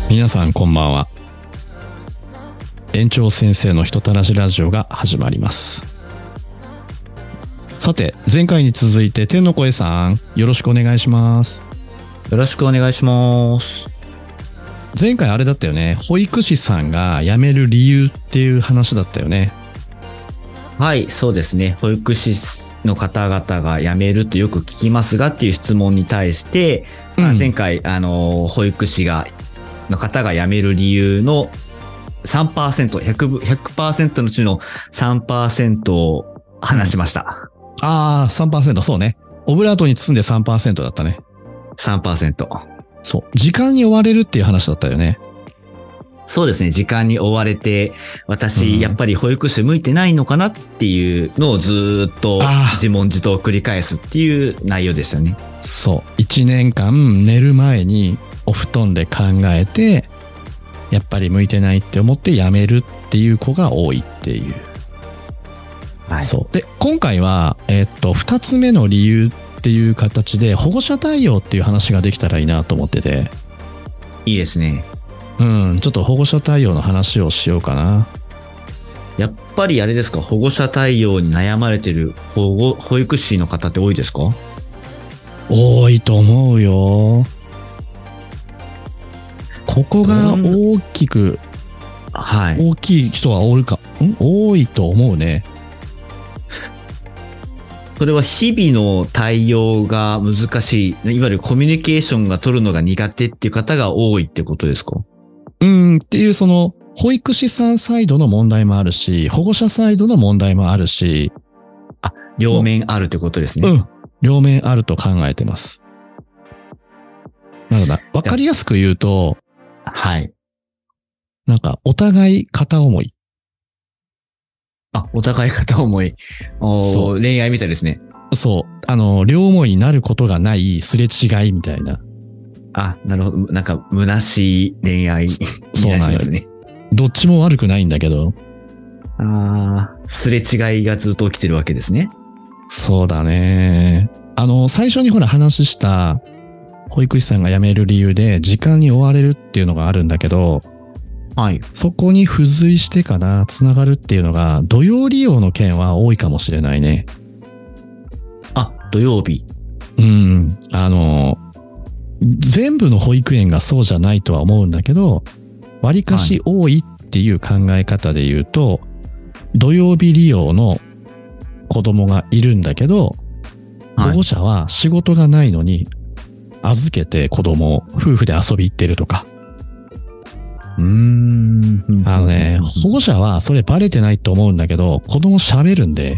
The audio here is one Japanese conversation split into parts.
皆さんこんばんは。園長先生の人たらしラジオが始まります。さて、前回に続いて天の声さん、よろしくお願いします。 よろしくお願いします。 前回あれだったよね。保育士さんが辞める理由っていう話だったよね。 はい、そうですね。保育士の方々が辞めるとよく聞きますがっていう質問に対して、前回、保育士の方が辞める理由の3%、100% のうちの 3% を話しました。 3%、そうね。オブラートに包んで 3% だったね。 3%。 そう。時間に追われるっていう話だったよね。 そうですね。時間に追われて、私、やっぱり保育士向いてないのかなっていうのをずっと自問自答を繰り返すっていう内容でしたね。 そう。1年間寝る前にお布団で考えて、やっぱり向いてないって思って辞めるっていう子が多いっていう。 はい。 そう。で、今回は、2つ目の理由っていう形で保護者対応っていう話ができたらいいなと思ってて。 いいですね。 ちょっと保護者対応の話をしようかな。 やっぱりあれですか、保護者対応に悩まれてる保育士の方って多いですか？ 多いと思うよ。ここが大きく、 はい。 大きい人は多いと思うね。 それは日々の対応が難しい、いわゆるコミュニケーションが取るのが苦手っていう方が多いってことですか？ っていうその、保育士さんサイドの問題もあるし、保護者サイドの問題もあるし。 両面あるってことですね。 両面あると考えてます。わかりやすく言うと、 はい。 お互い片思い。 お互い片思い。恋愛みたいですね。 そう。両思いになることがないすれ違いみたいな。 なるほど。虚しい恋愛になりますね。 どっちも悪くないんだけど。 すれ違いがずっと起きてるわけですね。 そうだね。最初に話した保育士さんが辞める理由で時間に追われるっていうのがあるんだけど、 はい。 そこに付随してつながるっていうのが土曜利用の件は多いかもしれないね。 土曜日。 全部の保育園がそうじゃないとは思うんだけど、割かし多いっていう考え方で言うと、土曜日利用の子供がいるんだけど、保護者は仕事がないのに預けて子供を夫婦で遊び行ってるとか。保護者はそれバレてないと思うんだけど、子供喋るんで。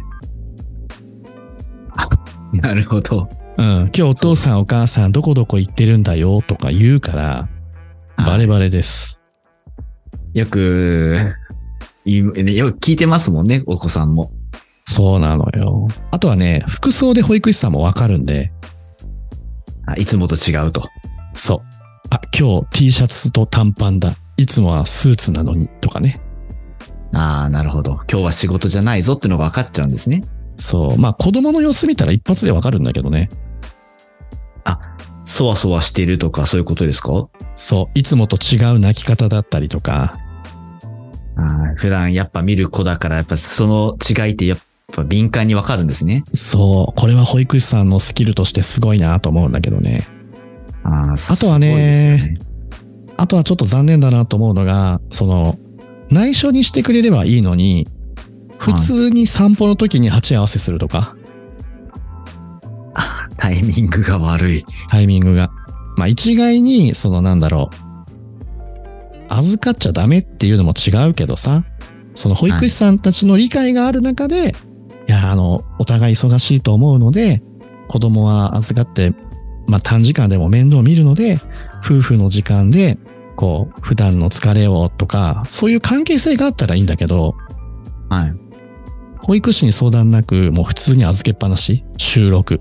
なるほど。 今日お父さんお母さんどこどこ行ってるんだよとか言うから、バレバレです。 よく聞いてますもんね、お子さんも。 そうなのよ。あとはね、服装で保育士さんもわかるんで。 いつもと違うと。 そう。今日 T シャツと短パンだ。いつもはスーツなのにとかね。 なるほど。今日は仕事じゃないぞってのが分かっちゃうんですね。 そう。子供の様子見たら一発でわかるんだけどね。 そわそわしてるとかそういうことですか？ そう。いつもと違う泣き方だったりとか。 普段やっぱ見る子だから、やっぱその違いってやっぱ敏感にわかるんですね。 そう。これは保育士さんのスキルとしてすごいなと思うんだけどね。あとはね、あとはちょっと残念だなと思うのが、内緒にしてくれればいいのに、普通に散歩の時に鉢合わせするとか。 タイミングが悪い。 タイミングが。一概に、預かっちゃダメっていうのも違うけどさ、保育士さんたちの理解がある中で、お互い忙しいと思うので、子供は預かって、短時間でも面倒を見るので、夫婦の時間で、普段の疲れをとか、そういう関係性があったらいいんだけど、保育士に相談なく、もう普通に預けっぱなし、収録。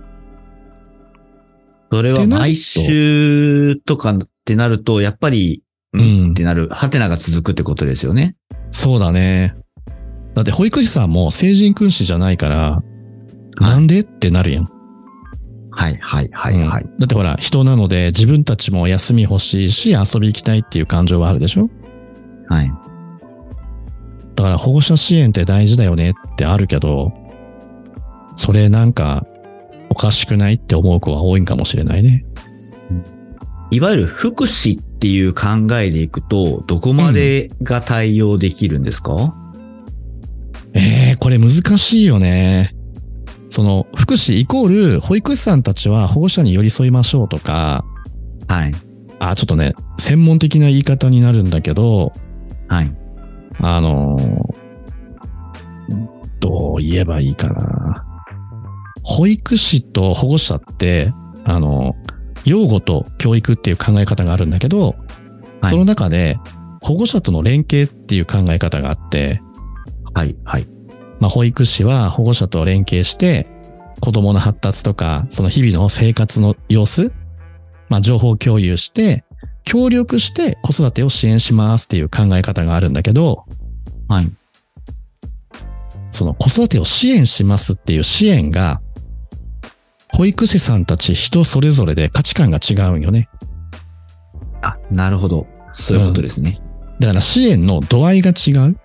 それは毎週とかってなると、やっぱり、ってなる、ハテナが続くってことですよね。 そうだね。だって保育士さんも成人君子じゃないから、なんでってなるやん。 はいはいはいはい。 だってほら、人なので自分たちも休み欲しいし遊び行きたいっていう感情はあるでしょ？ はい。 だから保護者支援って大事だよねってあるけど、それなんかおかしくないって思う子は多いんかもしれないね。 いわゆる福祉っていう考えでいくと、どこまでが対応できるんですか？ これ難しいよね。その福祉イコール保育士さんたちは保護者に寄り添いましょうとか、 はい。 ちょっとね、専門的な言い方になるんだけど、 はい。 どう言えばいいかな。保育士と保護者って、養護と教育っていう考え方があるんだけど、 はい、 その中で保護者との連携っていう考え方があって、 はい、はい。 まあ、保育士は保護者と連携して、子供の発達とか、その日々の生活の様子、まあ、情報共有して、協力して子育てを支援しますっていう考え方があるんだけど、 はい。 その子育てを支援しますっていう支援が、保育士さんたち人それぞれで価値観が違うんよね。 あ、なるほど。そういうことですね。 だから支援の度合いが違う。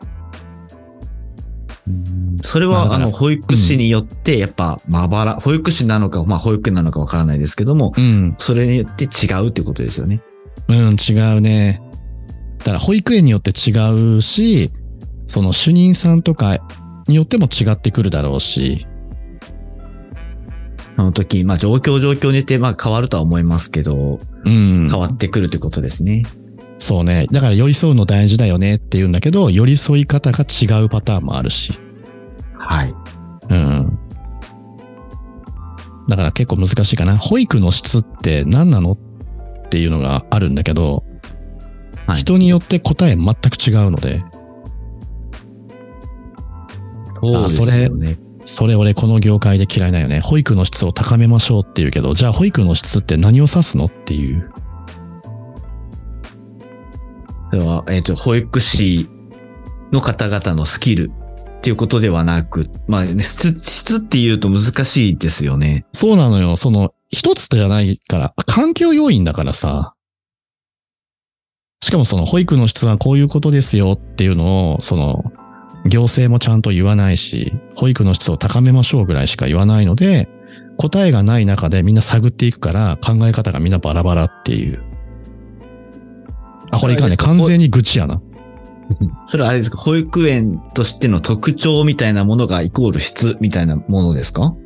それは、保育士によって、やっぱ、保育士なのか、まあ、保育園なのかわからないですけども、それによって違うってことですよね。 違うね。だから、保育園によって違うし、その主任さんとかによっても違ってくるだろうし。 その時、まあ、状況によって、まあ、変わるとは思いますけど、変わってくるってことですね。 そうね。だから寄り添うの大事だよねって言うんだけど、寄り添い方が違うパターンもあるし。 はい。 だから結構難しいかな。保育の質って何なのっていうのがあるんだけど、はい、人によって答え全く違うので。 そうですよね。 それ俺この業界で嫌いだよね。保育の質を高めましょうっていうけど、じゃあ保育の質って何を指すのっていう。 それは、保育士の方々のスキルっていうことではなく、まあ、質って言うと難しいですよね。 そうなのよ。その、一つじゃないから、環境要因だからさ。しかもその保育の質はこういうことですよっていうのを、その、行政もちゃんと言わないし、保育の質を高めましょうぐらいしか言わないので、答えがない中でみんな探っていくから考え方がみんなバラバラっていう。これいかんね。完全に愚痴やな。 それはあれですか、保育園としての特徴みたいなものがイコール質みたいなものですか？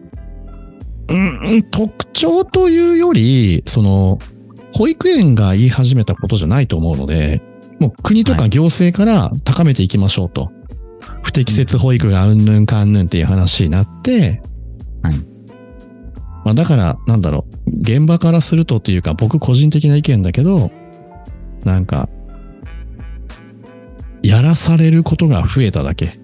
特徴というより、その、保育園が言い始めたことじゃないと思うので、もう国とか行政から高めていきましょうと。不適切保育がうんぬんかんぬんっていう話になって、 はい。 まあだから、なんだろう、現場からするとというか、僕個人的な意見だけど、なんか、やらされることが増えただけ。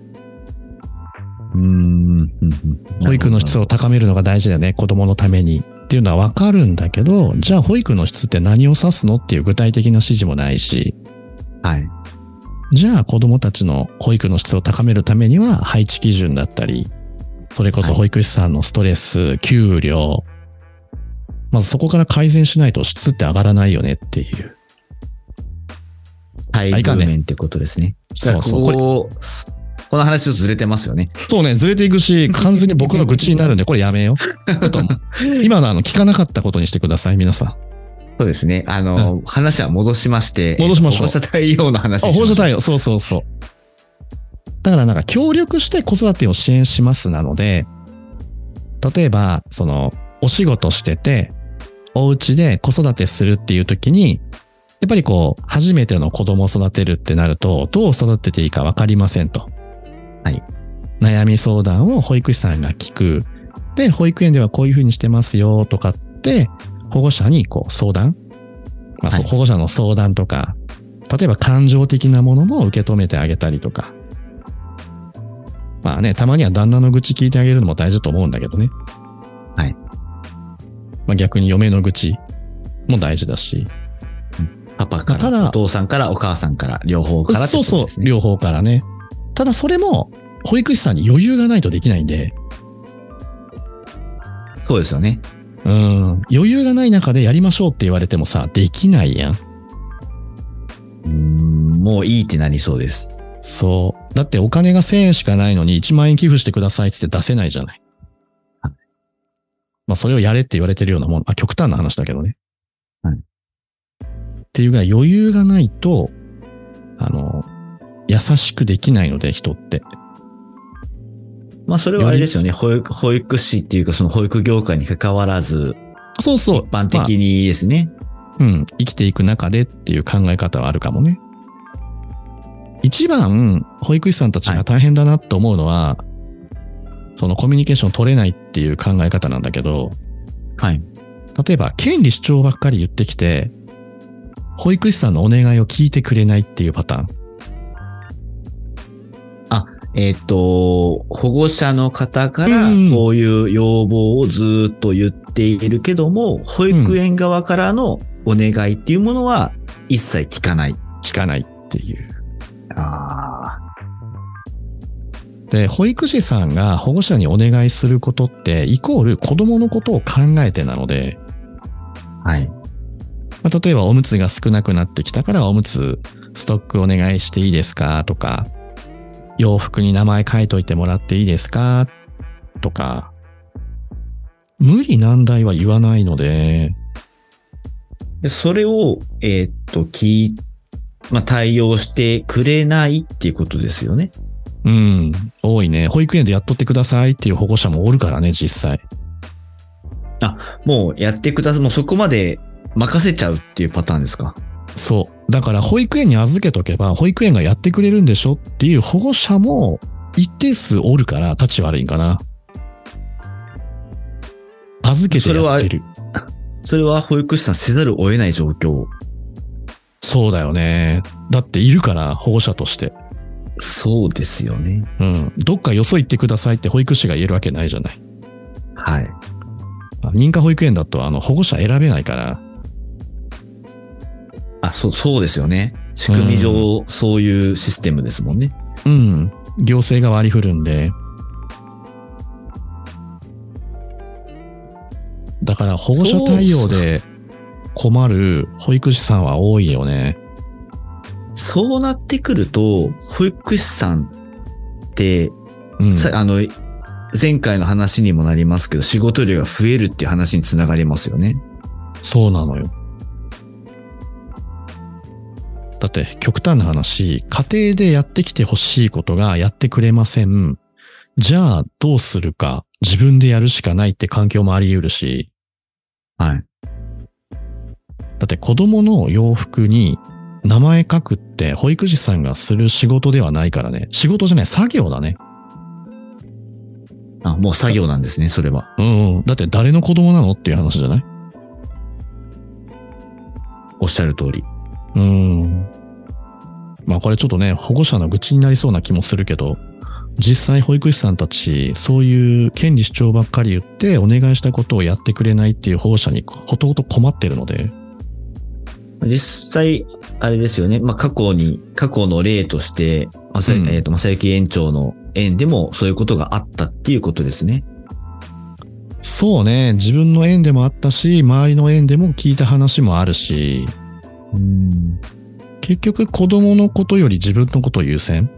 保育の質を高めるのが大事だよね、子供のために。っていうのはわかるんだけど、じゃあ保育の質って何を指すのっていう具体的な指示もないし。 はい。 じゃあ子供たちの保育の質を高めるためには配置基準だったり、それこそ保育士さんのストレス、給料。まずそこから改善しないと質って上がらないよねっていう。 待遇面ってことですね。そうそう。この話ちょっとずれてますよね。 そうね、ずれていくし、完全に僕の愚痴になるんで、これやめよう。今の聞かなかったことにしてください、皆さん。 そうですね。話は戻しまして。 戻しましょう。 保護者対応の話。 保護者対応、そうそうそう。だからなんか協力して子育てを支援しますなので、例えば、その、お仕事してて、お家で子育てするっていう時に、やっぱりこう、初めての子供を育てるってなると、どう育てていいかわかりませんと。 はい。 悩み相談を保育士さんが聞く。で、保育園ではこういうふうにしてますよとかって、保護者にこう相談。まあ、はい、保護者の相談とか、例えば感情的なものも受け止めてあげたりとか。まあね、たまには旦那の愚痴聞いてあげるのも大事だと思うんだけどね。 はい。 まあ逆に嫁の愚痴も大事だし。 パパから、お父さんからお母さんから両方からってことですね。 そうそう、両方からね。ただそれも保育士さんに余裕がないとできないんで。 そうですよね。 うん。余裕がない中でやりましょうって言われてもさ、できないやん。 もういいってなりそうです。 そう。だってお金が1000円しかないのに1万円寄付してくださいって出せないじゃない。まあそれをやれって言われてるようなもん。極端な話だけどね。 はい。 っていうぐらい余裕がないと、優しくできないので、人って。 まあそれはあれですよね。保育士っていうかその保育業界に関わらず。 そうそう。 一般的にですね。 まあ、生きていく中でっていう考え方はあるかもね。一番、保育士さんたちが大変だなと思うのは、そのコミュニケーション取れないっていう考え方なんだけど、 はい。 例えば、権利主張ばっかり言ってきて、保育士さんのお願いを聞いてくれないっていうパターン。 保護者の方からこういう要望をずっと言っているけども、保育園側からのお願いっていうものは一切聞かない。 聞かないっていう。で、保育士さんが保護者にお願いすることって、イコール子供のことを考えてなので、 はい。 まあ、例えばおむつが少なくなってきたからおむつストックお願いしていいですかとか、洋服に名前書いといてもらっていいですかとか、無理難題は言わないので、 それを、対応してくれないっていうことですよね。 うん。多いね。保育園でやっとってくださいっていう保護者もおるからね、実際。 もうやってください。もうそこまで任せちゃうっていうパターンですか？ そう。だから保育園に預けとけば、保育園がやってくれるんでしょっていう保護者も一定数おるから、立ち悪いんかな。預けてやってる。 それは保育士さんせざるを得ない状況。 そうだよね。だっているから、保護者として。 そうですよね。 うん。どっかよそ行ってくださいって保育士が言えるわけないじゃない。 はい。 認可保育園だと保護者選べないから。 そうですよね。仕組み上、そういうシステムですもんね。 うん。行政が割り振るんで。だから保護者対応で困る保育士さんは多いよね。 そうなってくると、保育士さんって、前回の話にもなりますけど、仕事量が増えるっていう話につながりますよね。 そうなのよ。だって極端な話、家庭でやってきてほしいことがやってくれません。じゃあどうするか、自分でやるしかないって環境もあり得るし。 はい。 だって子供の洋服に名前書くって保育士さんがする仕事ではないからね。仕事じゃない、作業だね。 もう作業なんですね、それは。 うん。だって誰の子供なのっていう話じゃない？ おっしゃる通り。 まあこれちょっとね、保護者の愚痴になりそうな気もするけど、実際保育士さんたち、そういう権利主張ばっかり言ってお願いしたことをやってくれないっていう保護者にほとほと困ってるので。 実際、あれですよね。過去の例として、正幸園長の園でもそういうことがあったっていうことですね。 そうね。自分の園でもあったし、周りの園でも聞いた話もあるし、結局子供のことより自分のことを優先。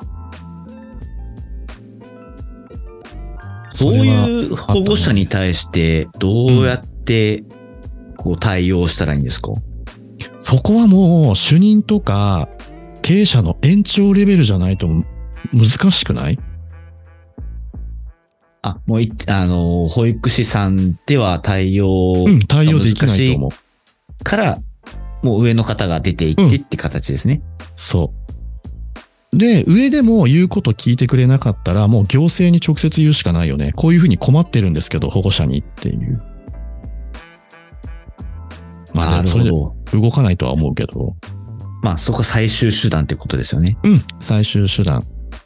そういう保護者に対してどうやって対応したらいいんですか？ そこはもう主任とか経営者の延長レベルじゃないと難しくない？ もう保育士さんでは対応できないと思う。 から、もう上の方が出ていってって形ですね。 そう。で、上でも言うこと聞いてくれなかったら、もう行政に直接言うしかないよね。こういうふうに困ってるんですけど、保護者にっていう。 なるほど。 動かないとは思うけど。 そこは最終手段ってことですよね。 最終手段。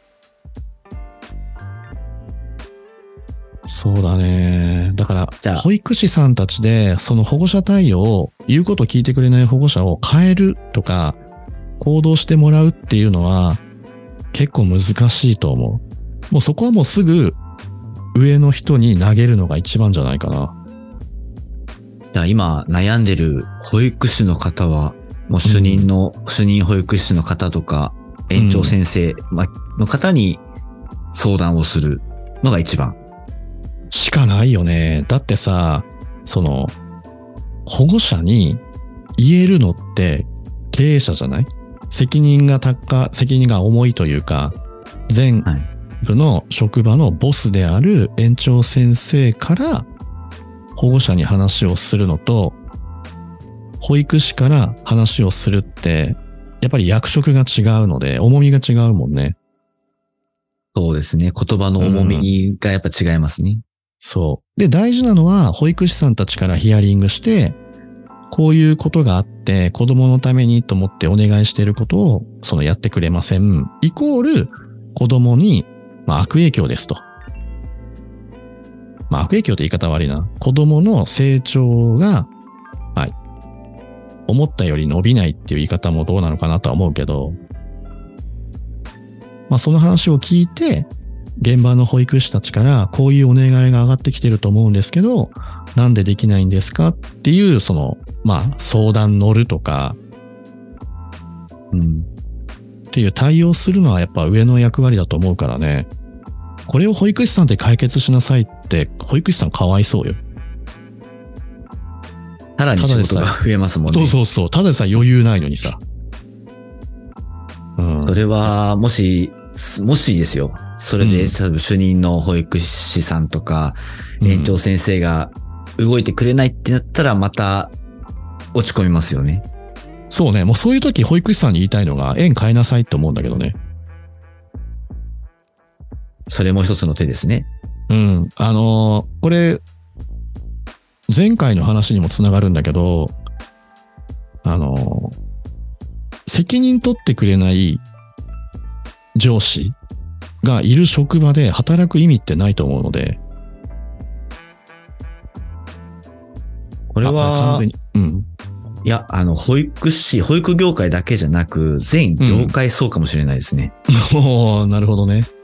そうだね。だから、保育士さんたちで、その保護者対応、言うこと聞いてくれない保護者を変えるとか、行動してもらうっていうのは、結構難しいと思う。もうそこはもうすぐ、上の人に投げるのが一番じゃないかな。 じゃあ今悩んでる保育士の方は、もう主任保育士の方とか、園長先生の方に相談をするのが一番。 しかないよね。だってさ、保護者に言えるのって経営者じゃない？責任が重いというか、全部の職場のボスである園長先生から保護者に話をするのと、保育士から話をするって、やっぱり役職が違うので、重みが違うもんね。 そうですね。言葉の重みがやっぱ違いますね。 そう。で、大事なのは、保育士さんたちからヒアリングして、こういうことがあって、子供のためにと思ってお願いしていることを、やってくれません。イコール、子供に、悪影響ですと。悪影響って言い方悪いな。子供の成長が、思ったより伸びないっていう言い方もどうなのかなとは思うけど、その話を聞いて、現場の保育士たちからこういうお願いが上がってきてると思うんですけど、なんでできないんですかっていう、相談乗るとか、っていう対応するのはやっぱ上の役割だと思うからね。これを保育士さんって解決しなさいって、保育士さんかわいそうよ。 さらに仕事が増えますもんね。 そう。ただでさえ余裕ないのにさ。 それは、もしですよ。それで、主任の保育士さんとか、園長先生が動いてくれないってなったら、また落ち込みますよね。 そうね。もうそういう時、保育士さんに言いたいのが、園変えなさいって思うんだけどね。 それも一つの手ですね。 これ、前回の話にもつながるんだけど、責任取ってくれない上司がいる職場で働く意味ってないと思うので。 これは、いや、保育業界だけじゃなく、全業界そうかもしれないですね。 なるほどね。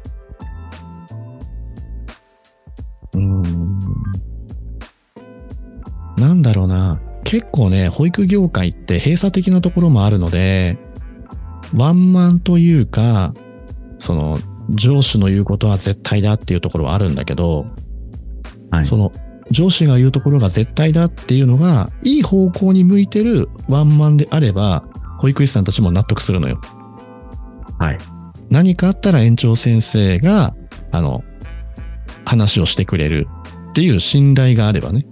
なんだろうな。結構ね、保育業界って閉鎖的なところもあるので、ワンマンというか、上司の言うことは絶対だっていうところはあるんだけど、上司が言うところが絶対だっていうのが、いい方向に向いてるワンマンであれば、保育士さんたちも納得するのよ。何かあったら園長先生が、話をしてくれるっていう信頼があればね。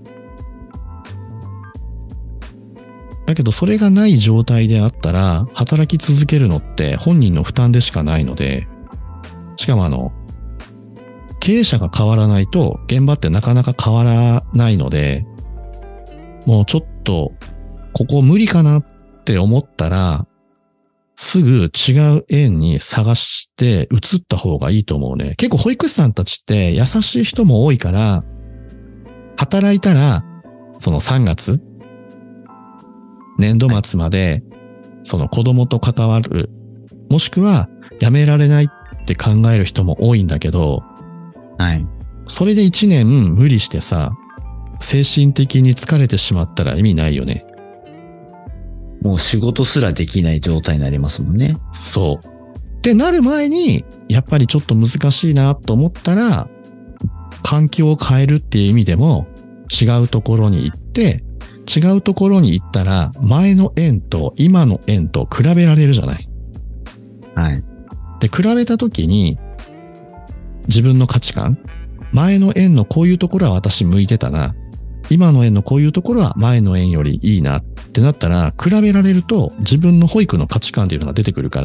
だけどそれがない状態であったら、働き続けるのって本人の負担でしかないので、しかも経営者が変わらないと現場ってなかなか変わらないので、もうちょっとここ無理かなって思ったら、すぐ違う園に探して移った方がいいと思うね。結構保育士さんたちって優しい人も多いから、働いたら、3月年度末まで、子供と関わる、もしくは辞められないって考える人も多いんだけど、それで1年無理してさ、精神的に疲れてしまったら意味ないよね。 もう仕事すらできない状態になりますもんね。 そう。ってなる前に、やっぱりちょっと難しいなと思ったら、環境を変えるっていう意味でも、違うところに行って、違うところに行ったら、前の園と今の園と比べられるじゃない。で、比べたときに、自分の価値観、前の園のこういうところは私向いてたな。今の園のこういうところは前の園よりいいなってなったら、比べられると自分の保育の価値観っていうのが出てくるから。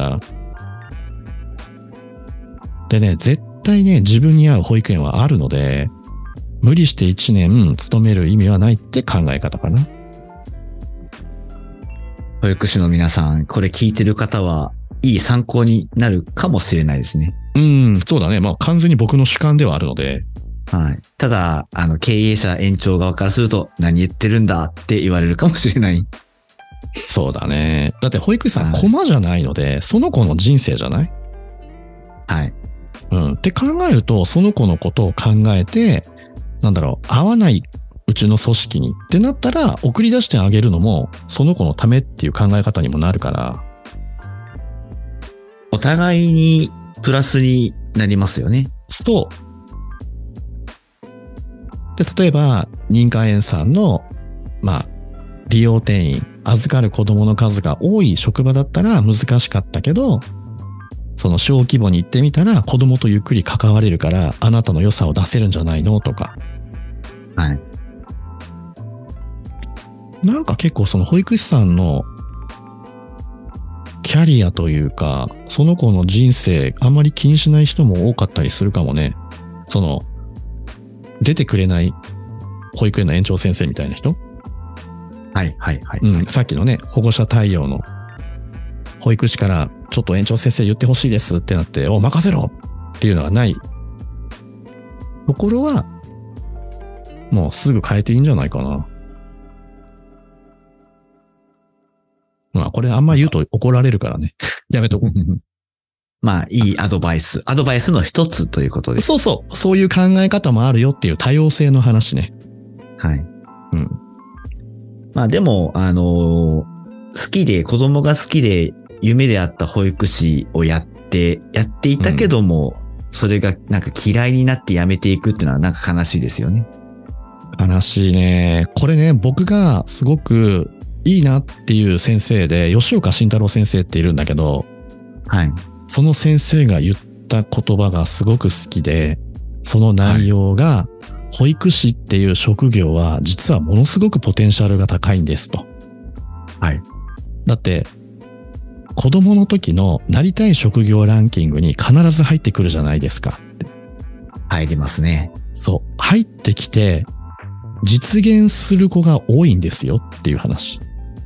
でね、絶対ね、自分に合う保育園はあるので、無理して1年勤める意味はないって考え方かな。 保育士の皆さん、これ聞いてる方はいい参考になるかもしれないですね。 そうだね。完全に僕の主観ではあるので。 ただ、経営者園長側からすると何言ってるんだって言われるかもしれない。 そうだね。だって保育士さんコマじゃないので、その子の人生じゃない？って考えると、その子のことを考えて、合わないうちの組織にってなったら、送り出してあげるのも、その子のためっていう考え方にもなるから。 お互いにプラスになりますよね。 そう。で、例えば、認可園さんの、利用定員、預かる子供の数が多い職場だったら難しかったけど、その小規模に行ってみたら子供とゆっくり関われるから、あなたの良さを出せるんじゃないのとか。 はい。 なんか結構その保育士さんのキャリアというか、その子の人生あんまり気にしない人も多かったりするかもね。その、出てくれない保育園の園長先生みたいな人？ はいはいはい。 うん、さっきのね、保護者対応の保育士からちょっと園長先生言ってほしいですってなって、任せろっていうのがないところは、もうすぐ変えていいんじゃないかな。これあんま言うと怒られるからね。やめとこう。 いいアドバイス。アドバイスの一つということです。 そうそう。そういう考え方もあるよっていう多様性の話ね。 はい。 うん。 でも、好きで、子供が好きで夢であった保育士をやっていたけども、それがなんか嫌いになってやめていくっていうのはなんか悲しいですよね。 悲しいね。これね、僕がすごくいいなっていう先生で、吉岡慎太郎先生っているんだけど、 はい。 その先生が言った言葉がすごく好きで、その内容が、保育士っていう職業は実はものすごくポテンシャルが高いんですと。 はい。 だって、子供の時のなりたい職業ランキングに必ず入ってくるじゃないですか。 入りますね。 そう。入ってきて、実現する子が多いんですよっていう話。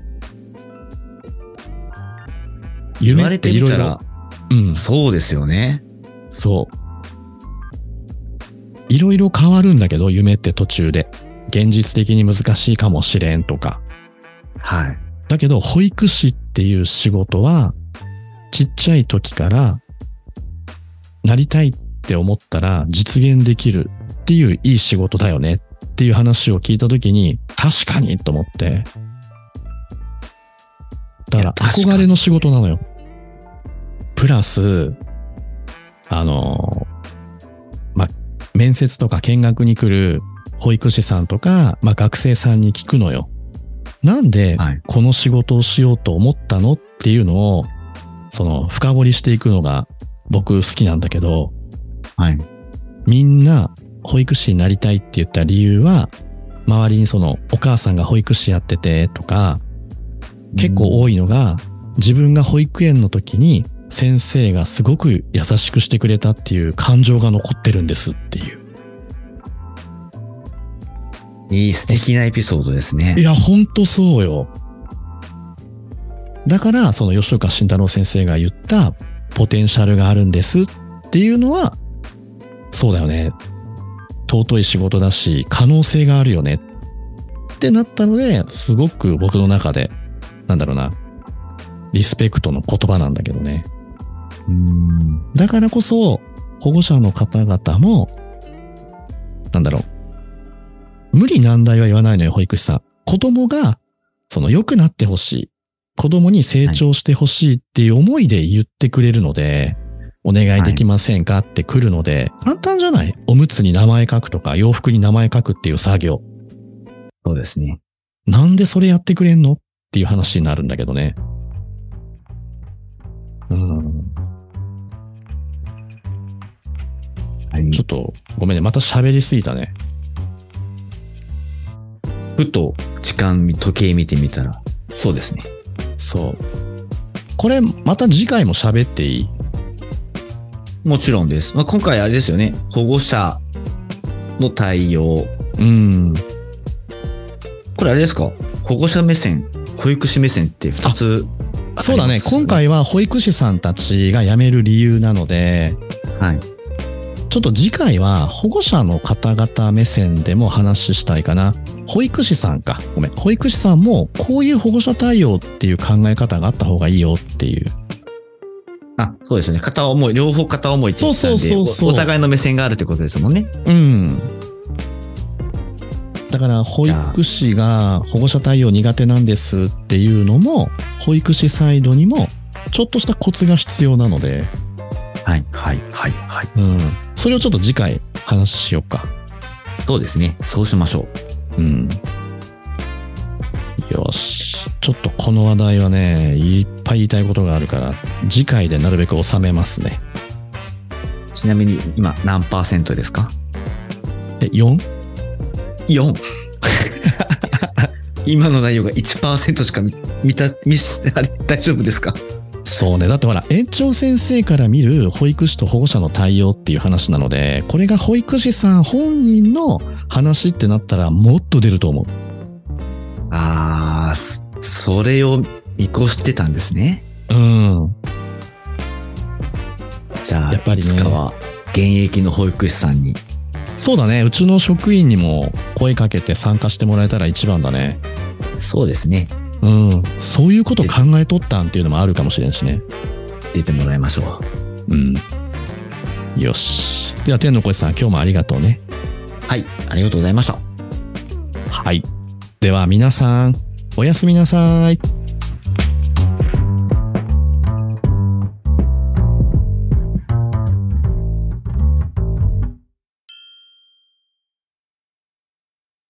夢っていろいろ。 そうですよね。 そう。いろいろ変わるんだけど、夢って途中で。現実的に難しいかもしれんとか。 はい。 だけど、保育士っていう仕事は、ちっちゃい時から、なりたいって思ったら実現できるっていういい仕事だよねっていう話を聞いた時に、確かにと思って。だから憧れの仕事なのよ。プラス、面接とか見学に来る保育士さんとか、学生さんに聞くのよ。なんでこの仕事をしようと思ったのっていうのを、深掘りしていくのが僕好きなんだけど、 はい。 みんな保育士になりたいって言った理由は、周りにお母さんが保育士やっててとか、結構多いのが、自分が保育園の時に先生がすごく優しくしてくれたっていう感情が残ってるんですっていう。 いい素敵なエピソードですね。 いや、ほんとそうよ。だから、吉岡慎太郎先生が言ったポテンシャルがあるんですっていうのは、そうだよね。尊い仕事だし、可能性があるよねってなったので、すごく僕の中で、リスペクトの言葉なんだけどね。だからこそ、保護者の方々も、無理難題は言わないのよ、保育士さん。子供が、良くなってほしい。子供に成長してほしいっていう思いで言ってくれるので、お願いできませんかって来るので、簡単じゃない？おむつに名前書くとか、洋服に名前書くっていう作業。 そうですね。 なんでそれやってくれんのっていう話になるんだけどね。ちょっと、ごめんね。また喋りすぎたね。 ふと時計見てみたら、そうですね。 そう。これ、また次回も喋っていい？ もちろんです。今回あれですよね。保護者の対応。これあれですか？保護者目線、保育士目線って2つ。 そうだね。今回は保育士さんたちが辞める理由なので、 はい。 ちょっと次回は保護者の方々目線でも話したいかな。保育士さんか。ごめん。保育士さんもこういう保護者対応っていう考え方があった方がいいよっていう。 そうですね。両方片思いって言ったんで、お互いの目線があるってことですもんね。 だから保育士が保護者対応苦手なんですっていうのも、保育士サイドにもちょっとしたコツが必要なので、 はいはいはいはい。 それをちょっと次回話しようか。 そうですね。そうしましょう。よし。ちょっとこの話題はね、いっぱい言いたいことがあるから、次回でなるべく収めますね。 ちなみに今何%ですか ？4？ 4 今の内容が 1% しか大丈夫ですか？ そうね。だってほら、園長先生から見る保育士と保護者の対応っていう話なので、これが保育士さん本人の話ってなったらもっと出ると思う。 ああ、それを見越してたんですね。じゃあ、やっぱりね、いつかは現役の保育士さんに。 そうだね。うちの職員にも声かけて参加してもらえたら一番だね。 そうですね。 そういうこと考えとったんっていうのもあるかもしれんしね。 出てもらいましょう。よし。では、天の声さん、今日もありがとうね。 はい、ありがとうございました。 はい。では、皆さん、おやすみなさい。